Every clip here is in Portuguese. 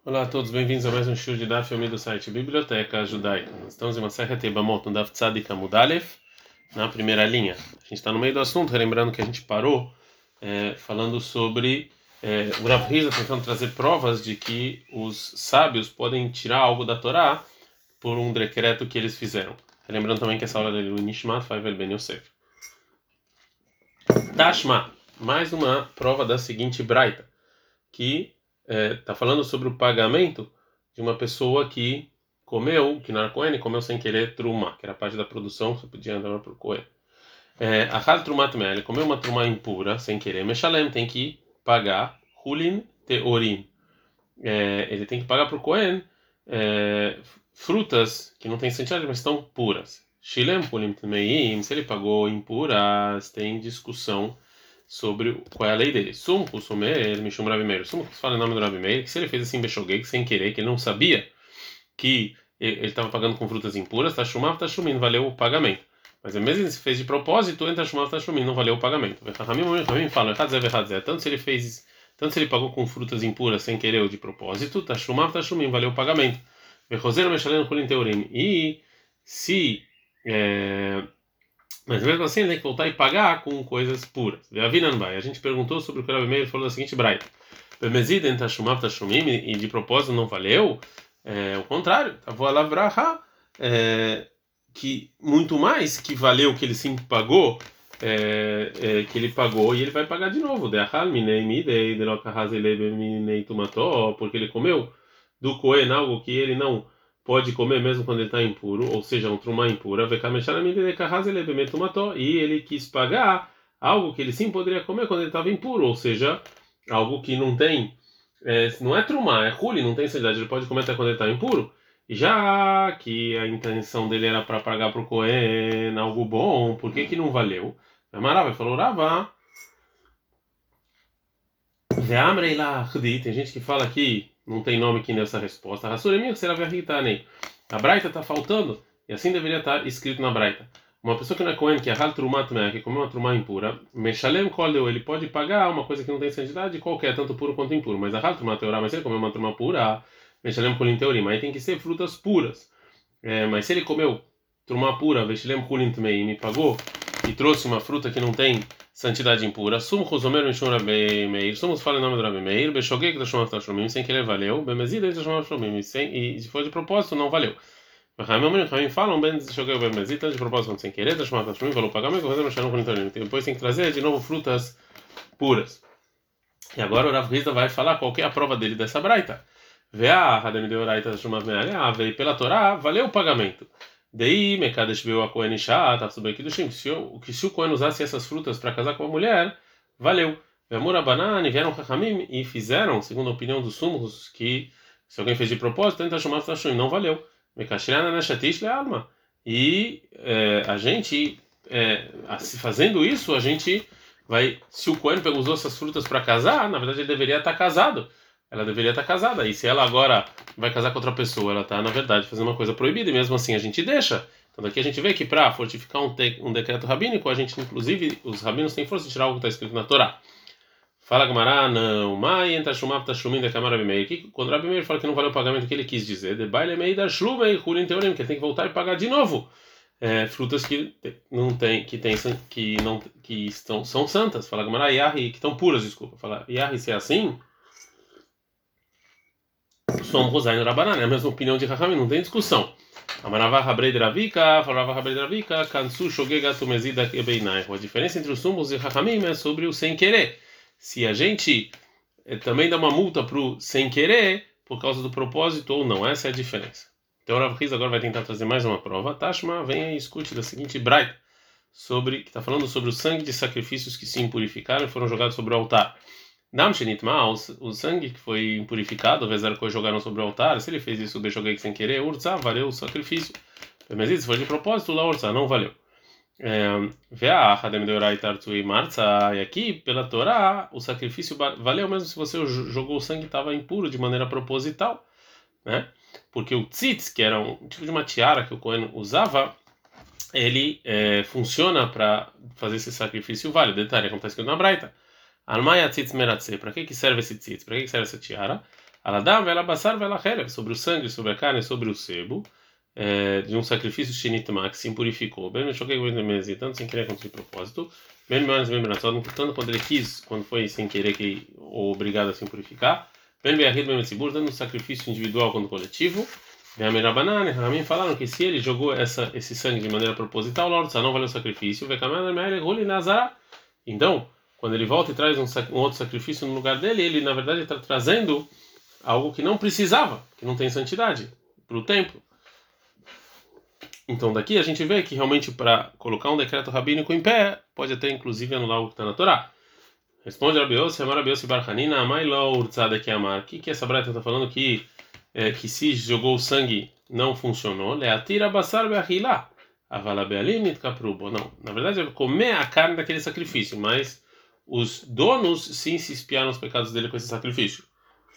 Olá a todos, bem-vindos a mais um show de Daf Yomi do site Biblioteca Judaica. Nós estamos em uma Masechet Yebamot, no Daf Tzadik Amud Aleph, na primeira linha. A gente está no meio do assunto, relembrando que a gente parou falando sobre o Rav Hizda tentando trazer provas de que os sábios podem tirar algo da Torá por um decreto que eles fizeram. Relembrando também que essa aula dele, o Nishmat Faivel Ben Yosef. Tashma, mais uma prova da seguinte braita, que está falando sobre o pagamento de uma pessoa que comeu, que não era Cohen, comeu sem querer truma, que era parte da produção, você podia andar para o Cohen. Achal trumat mel, ele comeu uma truma impura sem querer, Meshalem tem que pagar hulin teorim. Ele tem que pagar para o Cohen frutas que não têm santidade, mas estão puras. Shilem hulin tmeim, se ele pagou impuras, tem discussão sobre qual é a lei dele. Sum kusumer mishum Rabi Meir. Sum fala em nome do Rabi Meir, que se ele fez assim bechoguei, sem querer, que ele não sabia que ele estava pagando com frutas impuras, tá shumav, tá shumin, valeu o pagamento. Mas mesmo se fez de propósito, entra shumav, tá shumin, não valeu o pagamento. Ramim fala, tanto se ele fez, tanto se ele pagou com frutas impuras sem querer ou de propósito, tá shumav, tá shumin, valeu o pagamento. E se mas mesmo assim ele tem que voltar e pagar com coisas puras. A gente perguntou sobre o que o Rabi Meir falou da seguinte braita: e de propósito não valeu? O contrário, que muito mais que valeu que ele sim pagou, que ele pagou e ele vai pagar de novo. Porque ele comeu do Cohen algo que ele não pode comer mesmo quando ele está impuro, ou seja, um trumá impura, e ele quis pagar algo que ele sim poderia comer quando ele estava impuro, ou seja, algo que não tem, não é trumá, é huli, não tem santidade, ele pode comer até quando ele está impuro, já que a intenção dele era para pagar para o Cohen algo bom, por que que não valeu? Amarava falou, Ravá, tem gente que fala que não tem nome aqui nessa resposta. A Braita está faltando, e assim deveria estar escrito na Braita. Uma pessoa que não é Cohen, que é Hal Trumat Mea, que comeu uma trumá impura, Meshalem Koldeu, ele pode pagar uma coisa que não tem santidade, qualquer, tanto puro quanto impuro. Mas a Hal Trumat Teorá, mas se ele comeu uma trumá pura, Meshalem Kulin Teorim, aí tem que ser frutas puras. Mas se ele comeu trumá pura, Meshalem Kulin Tmeim, e pagou e trouxe uma fruta que não tem santidade impura, Sum Rosomer Mishum Rabi Meir, Sumos fala em nome do Rabi Meir, Beshogeg da Shumav Tashumim, sem querer valeu, Bemezida da Shumav Tashumim, e se for de propósito, não valeu. Ramim falam bem Beshogeg Bemezida, de propósito, sem querer, da Shumav Tashumim, valeu pagamento, depois tem que trazer de novo frutas puras. E agora o Rav Hizda vai falar qual que é a prova dele dessa braita. Veá, Hadem de Oraita da Shumav Mealea, veio pela Torá, valeu o pagamento. Daí, Mekadesh viu a Kohen Isha, tá tudo bem aqui do Shem, que se o Kohen usasse essas frutas para casar com a mulher, valeu. Vemura Banani, vieram Chachamim e fizeram, segundo a opinião dos sumos, que se alguém fez de propósito, tenta chamar Tashum, não valeu. Mekashirana Nashatish le alma. E a gente, fazendo isso, a gente vai, se o Kohen usou essas frutas para casar, na verdade ele deveria estar casado. Ela deveria estar casada. E se ela agora vai casar com outra pessoa, ela está, na verdade, fazendo uma coisa proibida, e mesmo assim a gente deixa. Então daqui a gente vê que para fortificar um decreto rabínico, a gente, inclusive, os rabinos têm força de tirar algo que está escrito na Torá. Fala Gamará, não. Mai entra shumav tashumim de Kamar Rabi Meir. Quando Rabi Meir fala que não valeu o pagamento, o que ele quis dizer? De baile meio da shlumei hulin teorim, que ele tem que voltar e pagar de novo. Frutas que não tem, que são santas. Fala Gamará, Yahi, que estão puras, desculpa. Fala Yahi, se é assim. Som Rosai no Rabanan, é a mesma opinião de Rahami, não tem discussão. Amarava Rabrei Dravika, falava Rabrei Dravika, Kansu Shogega Tumezida Ebeinai. A diferença entre os sumos e Rahamim é sobre o sem querer. Se a gente também dá uma multa pro sem querer, por causa do propósito ou não, essa é a diferença. Então o Rav Hizda agora vai tentar trazer mais uma prova. Tashma, vem aí e escute da seguinte braita, que está falando sobre o sangue de sacrifícios que se impurificaram e foram jogados sobre o altar. O sangue que foi impurificado, vezar que jogaram sobre o altar, se ele fez isso, bejoguei sem querer, urza, valeu o sacrifício. Mas isso foi de propósito, lá urza, não valeu. E aqui, pela Torá, o sacrifício valeu mesmo se você jogou o sangue que estava impuro de maneira proposital, né? Porque o tzitz, que era um tipo de uma tiara que o Cohen usava, ele funciona para fazer esse sacrifício válido. Detalhe, como está escrito na Braita. Almaya tzitz meratze. Para que serve esse tzitz? Para que serve essa tiara? Aladam, vela basar, vela chelev, sobre o sangue, sobre a carne, sobre o sebo, de um sacrifício shinitma, que se impurificou. Bem, eu choquei com ele, tanto sem querer quanto de propósito. Bem, tanto quando ele quis, quando foi sem querer, que ou obrigado a se impurificar. Bem, dando um sacrifício individual quando coletivo. Bem, Ramin falaram que se ele jogou esse sangue de maneira proposital, não valeu o sacrifício. Então, quando ele volta e traz um outro sacrifício no lugar dele, ele na verdade está trazendo algo que não precisava, que não tem santidade, para o templo. Então daqui a gente vê que realmente para colocar um decreto rabínico em pé, pode até inclusive anular o que está na Torá. Responde Rabi Yossi, Amar Rabi Yossi bar Hanina, Amai lo urtzada que amar. O que essa braita está falando que se jogou o sangue não funcionou? Leatira basar be'achilá. Avala be'alim nitkaprubo. Não, na verdade é comer a carne daquele sacrifício, mas os donos sim se espiaram os pecados dele com esse sacrifício.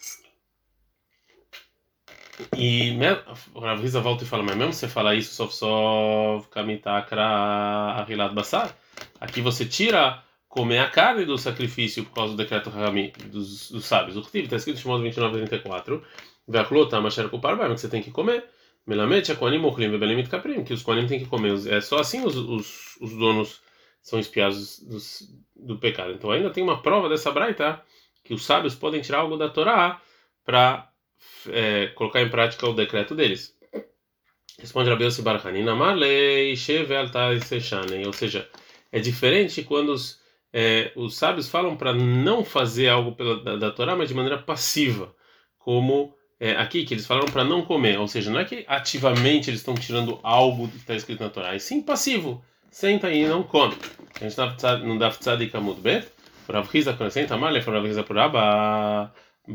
E o Rav Hizda volta e fala, mas mesmo você falar isso, só kamitakra ahilat basar, aqui você tira comer a carne do sacrifício por causa do decreto Rami dos sábios. O Ktiv está escrito em Shemot 29:34, ve'aklota masher kuparba, que você tem que comer. Melamed kohanim ochlim ve'belim mitkaprim, que os kohanim têm que comer. É só assim os donos são espiados do pecado. Então ainda tem uma prova dessa braita que os sábios podem tirar algo da Torá para colocar em prática o decreto deles. Responde Rabi Yossi bar Hanina, Marlei sheve altai sechane, ou seja, é diferente quando os sábios falam para não fazer algo da Torá, mas de maneira passiva, como aqui que eles falaram para não comer, ou seja, não é que ativamente eles estão tirando algo que está escrito na Torá, é sim passivo, senta aí e não come. A gente não dá tzadik amud bet, Rav Hizda quando senta mal, Rav Hizda por Abba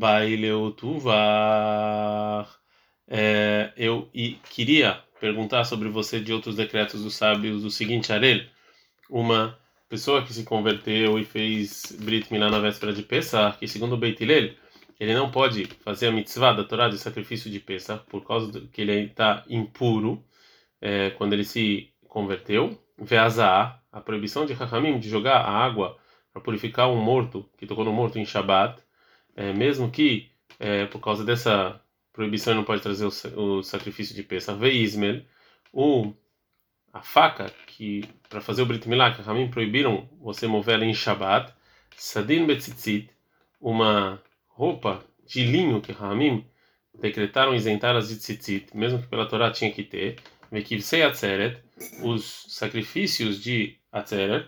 Baileutuvar. Eu queria perguntar sobre você de outros decretos dos sábios do seguinte, Arel, uma pessoa que se converteu e fez Brit Milá na véspera de Pesach, que segundo o Beit Hillel, ele não pode fazer a mitzvah da Torá de sacrifício de Pesach, por causa que ele está impuro quando ele se converteu. Ve'azah, a proibição de Chachamim de jogar a água para purificar um morto, que tocou no morto em Shabbat, mesmo que por causa dessa proibição ele não pode trazer o sacrifício de Pesach. Ve'izmel, a faca que para fazer o Brit Milá, que Ramim proibiram você mover ela em Shabbat. Sadin betzitzit, uma roupa de linho que Ramim decretaram isentar as de tzitzit, mesmo que pela Torá tinha que ter. Vekivsei atzeret, os sacrifícios de atzeret.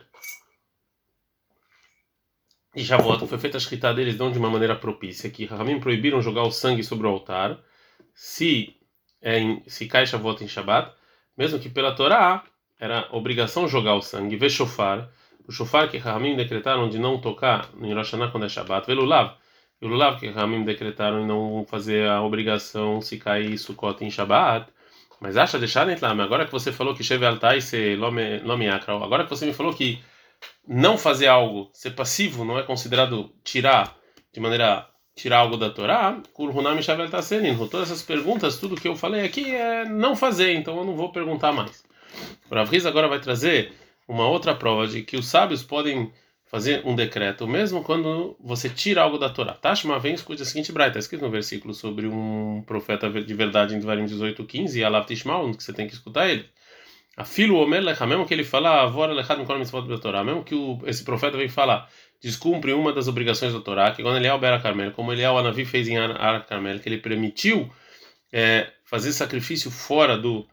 E Shavuot foi feita a shritá deles não de uma maneira propícia, que Ramim proibiram jogar o sangue sobre o altar, se cai Shavuot em Shabbat, mesmo que pela Torá era obrigação jogar o sangue. Ve shofar, o shofar que Ramim decretaram de não tocar no Rosh Hashanah quando é Shabbat. Ve lulav, e o lulav que Ramim decretaram de não fazer a obrigação se cai Sukkot em Shabbat. Mas acha deixar lá, agora que você falou que Sheve Altai se Lomi Akra, agora que você me falou que não fazer algo, ser passivo, não é considerado tirar algo da Torá, todas essas perguntas, tudo que eu falei aqui é não fazer, então eu não vou perguntar mais. O Rav Hizda agora vai trazer uma outra prova de que os sábios podem fazer um decreto, mesmo quando você tira algo da Torá. Tashma vem, escute a seguinte braita, está escrito no versículo sobre um profeta de verdade em Devarim 18:15, e Alav Tishmael, que você tem que escutar ele. Afilo Omer Lecha, mesmo que ele fala Avor Lechad Mikol Mitzvot da Torá, mesmo que esse profeta vem falar descumpre uma das obrigações da Torá, que quando ele é o Bera Carmel, como ele é o Anavi fez em Ara Carmel, que ele permitiu fazer sacrifício fora do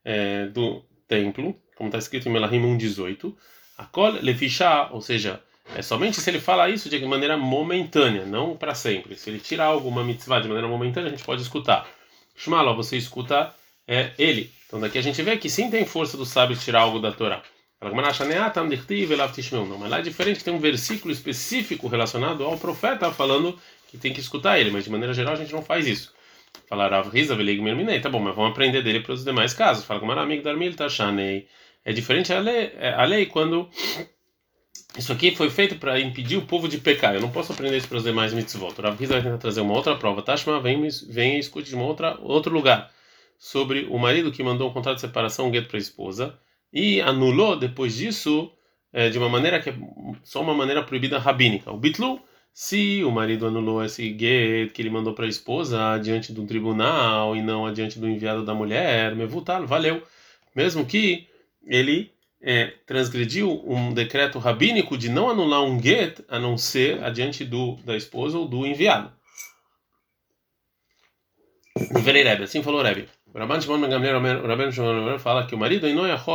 templo, como está escrito em Melahim 1:18, Akol Lefishá, ou seja, somente se ele fala isso de maneira momentânea, não para sempre. Se ele tira alguma mitzvah de maneira momentânea, a gente pode escutar. Shmaló, você escuta ele. Então daqui a gente vê que sim tem força dos sábios tirar algo da Torá. Não, mas lá é diferente, tem um versículo específico relacionado ao profeta falando que tem que escutar ele, mas de maneira geral a gente não faz isso. Falar Rav Hizda veleg merminei, tá bom, mas vamos aprender dele para os demais casos. Fala com amigo darmil tashanei. É diferente a lei quando isso aqui foi feito para impedir o povo de pecar. Eu não posso aprender isso para os demais mitzvot. O Rav Hizda vai tentar trazer uma outra prova. Tashma, vem e escute de outro lugar sobre o marido que mandou um contrato de separação, um gueto para a esposa, e anulou depois disso de uma maneira que é só uma maneira proibida rabínica. O bitlu Se o marido anulou esse get que ele mandou para a esposa diante de um tribunal e não adiante do enviado da mulher, mevutal, valeu. Mesmo que ele transgrediu um decreto rabínico de não anular um get a não ser adiante da esposa ou do enviado. Verei Rebbe, assim falou Rebbe. O Rabban Shimon Ben Gamliel, o Rabban Shimon Ben Gamliel fala que o marido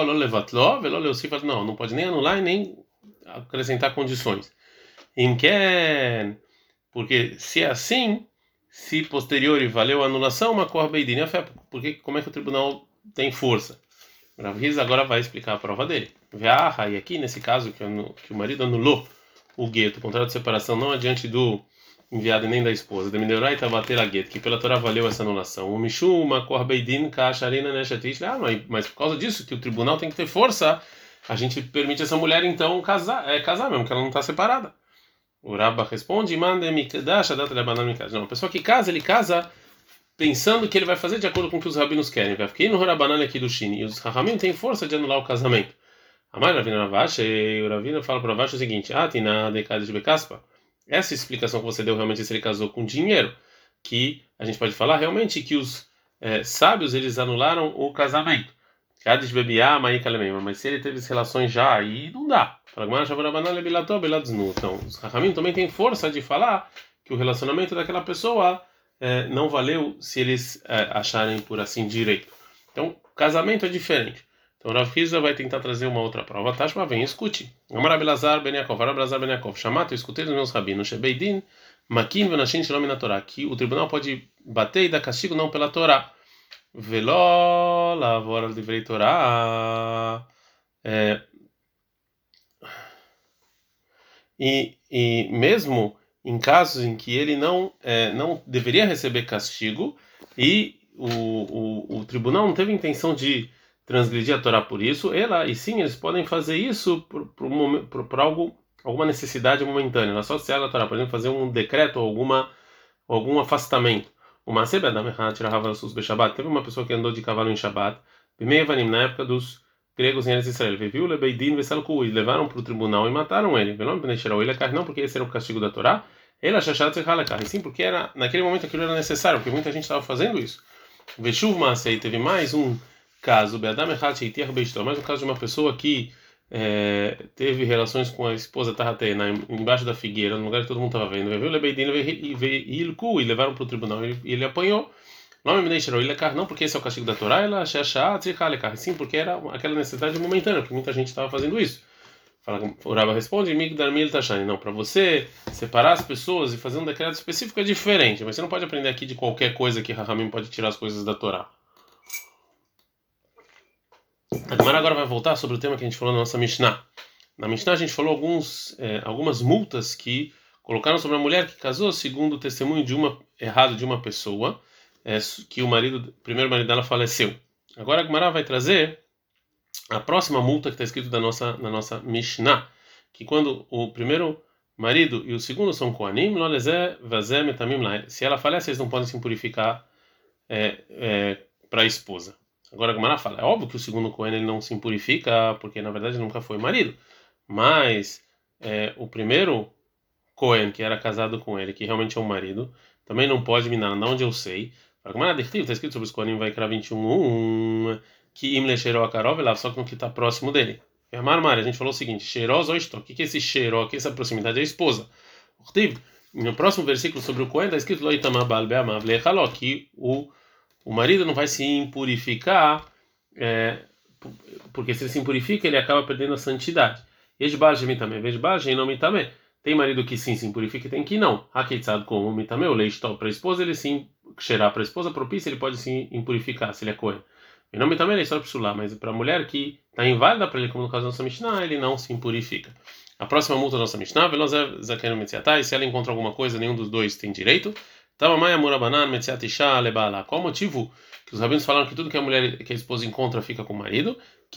não pode nem anular e nem acrescentar condições. Imken, porque se é assim, se posteriori valeu a anulação, uma cor beidin, porque como é que o tribunal tem força? O Rav Hiza agora vai explicar a prova dele. E aqui nesse caso que o marido anulou o gueto, o contrato de separação não adiante do enviado e nem da esposa. Deminerai tabater a gueto, que pela Torá valeu essa anulação. O Mishu, uma cor beidin, kasharina neshatit. Mas por causa disso que o tribunal tem que ter força, a gente permite essa mulher então casar mesmo, que ela não está separada. O Rabba responde: manda mikdash adat lebanan mikdash. Não, a pessoa que casa, ele casa pensando que ele vai fazer de acordo com o que os rabinos querem. Vai ficar no Rabanan aqui do Shini. E os Rahamim têm força de anular o casamento. Amar Ravina Ravash, e o Ravina fala para Ravash o seguinte: tina decada de Becaspa. Essa explicação que você deu realmente se ele casou com dinheiro, que a gente pode falar realmente que os sábios eles anularam o casamento. Mas se ele teve relações já, aí não dá. Então, os Rahamim também têm força de falar que o relacionamento daquela pessoa não valeu se eles acharem por assim direito. Então, casamento é diferente. Então, Rav Hizda vai tentar trazer uma outra prova. Tashma, vem, escute. Amar Abelazar Ben Yaakov, Abelazar Ben Yaakov, chamato, eu escutei dos meus rabinos, Shebeidin, Makin Venashin Shalom na Torá, que o tribunal pode bater e dar castigo não pela Torá. Veló, lavora livrei Torá. E mesmo em casos em que ele não deveria receber castigo e o tribunal não teve intenção de transgredir a Torá por isso, e sim, eles podem fazer isso por alguma necessidade momentânea, na associada a Torá, por exemplo, fazer um decreto ou algum afastamento. Uma teve uma pessoa que andou de cavalo em Shabbat, na época dos gregos em Eretz Israel, viu Lebeidin Vesalku, e levaram para o tribunal e mataram ele. Não porque esse era o castigo da Torá, e sim porque naquele momento aquilo era necessário, porque muita gente estava fazendo isso. Veshuv Maasei, teve mais um caso, mais um caso de uma pessoa que teve relações com a esposa Tahatena embaixo da figueira, no lugar que todo mundo estava vendo. Viu Lebeidin e levaram para o tribunal e ele apanhou. Não porque esse é o castigo da Torá, sim, porque era aquela necessidade momentânea, porque muita gente estava fazendo isso. O Rabba responde: não, para você separar as pessoas e fazer um decreto específico é diferente, mas você não pode aprender aqui de qualquer coisa que Rahamim pode tirar as coisas da Torá. A Gemara agora vai voltar sobre o tema que a gente falou na nossa Mishnah. Na Mishnah a gente falou algumas multas que colocaram sobre a mulher que casou segundo o testemunho errado de uma pessoa, que o primeiro marido dela faleceu. Agora a Gemara vai trazer a próxima multa que está escrito na nossa Mishnah, que quando o primeiro marido e o segundo são Kohanim, se ela falece, eles não podem se impurificar para a esposa. Agora a Gemara fala, é óbvio que o segundo Kohen ele não se impurifica, porque na verdade nunca foi marido, mas o primeiro Kohen que era casado com ele, que realmente é um marido, também não pode minar, não onde eu sei. A Gemara está escrito sobre os Kohanim, vai criar 21, que Imle cheirou a Karov, só que no que está próximo dele. E a Marmari, a gente falou o seguinte: cheiroz ou estou? O que é esse cheiró? Que essa proximidade é a esposa. No próximo versículo sobre o Kohen está escrito que o marido não vai se impurificar, porque se ele se impurifica, ele acaba perdendo a santidade. Tem marido que sim se impurifica e tem que não. Hakeitzad com o mitame, o leite para a esposa, ele sim cheirar para a esposa propícia, ele pode se impurificar se ele é Kohen. E não mitame, ele é só para mas para a mulher que está inválida para ele, como no caso da nossa Mishnah, ele não se impurifica. A próxima multa da nossa Mishnah, e se ela encontra alguma coisa, nenhum dos dois tem direito. Qual o motivo que os rabinos falaram que tudo que a esposa encontra fica com o marido?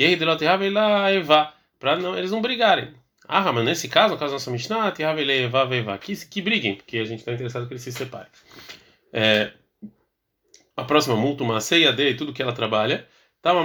Para eles não brigarem. Mas nesse caso, no caso da nossa Mishnah, que briguem, porque a gente está interessado que eles se separem. A próxima multa, uma ceia dele, tudo que ela trabalha. Qual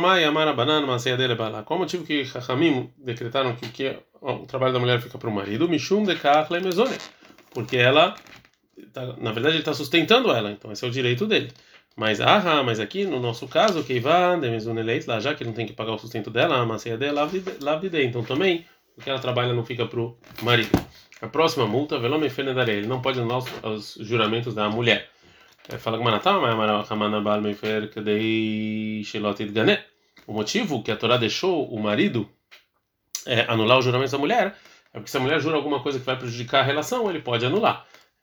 o motivo que Chachamim decretaram que o trabalho da mulher fica para o marido? Mishum de porque ela, na verdade, ele está sustentando ela, então esse é o direito dele. Mas aqui no nosso caso, Keivan, Demizuneleit, lá já que ele não tem que pagar o sustento dela, a macia dela, Lavdide, então também o que ela trabalha não fica pro marido. A próxima multa, Velome Fenedare, ele não pode anular os juramentos da mulher. Fala que Manatá, mas Amarakamana Balmefer, Kadei Shelotit Gané. O motivo que a Torá deixou o marido anular os juramentos da mulher é porque se a mulher jura alguma coisa que vai prejudicar a relação, ele pode anular.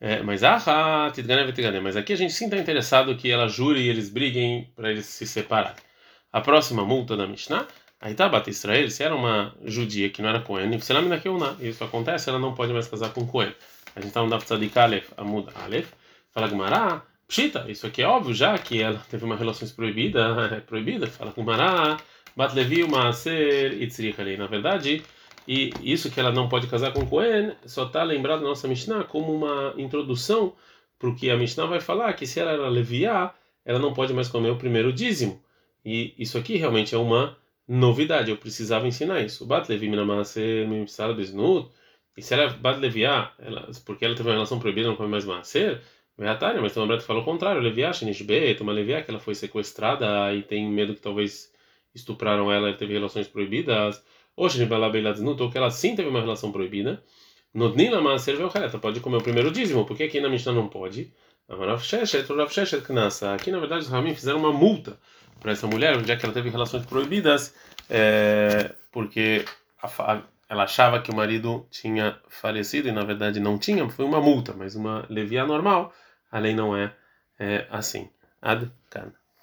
Mas aqui a gente sim está interessado que ela jure e eles briguem para eles se separarem. A próxima multa da Mishnah, aí tá Bat Israel, se era uma judia que não era Cohen, se ela me isso acontece, ela não pode mais casar com Cohen. A gente está no Daf Tzadik Aleph, Amud Aleph, fala Gumará, Pshita, isso aqui é óbvio já que ela teve uma relação proibida, fala Gumará, Bat Levi, Maaser, Itzrich ali. Na verdade, e isso que ela não pode casar com Cohen só está lembrado na nossa Mishnah como uma introdução para o que a Mishnah vai falar, que se ela era leviá, ela não pode mais comer o primeiro dízimo. E isso aqui realmente é uma novidade, eu precisava ensinar isso. Bat Levi Minamaaser Mimsar Besnut, e se ela é Bat Leviá, porque ela teve uma relação proibida, não come mais Maaser, Veatária, mas tem uma breta que fala o contrário, Leviá, Shinishbet, uma Leviá que ela foi sequestrada e tem medo que talvez estupraram ela e teve relações proibidas. Hoje, ou que ela sim teve uma relação proibida. Nodnila Maaser Veochareta, pode comer o primeiro dízimo, porque aqui na Mishnah não pode. Aqui na verdade os Ramim fizeram uma multa para essa mulher, já que ela teve relações proibidas, porque ela achava que o marido tinha falecido e na verdade não tinha, foi uma multa, mas uma leviá normal, a lei não é assim. Ad -kan.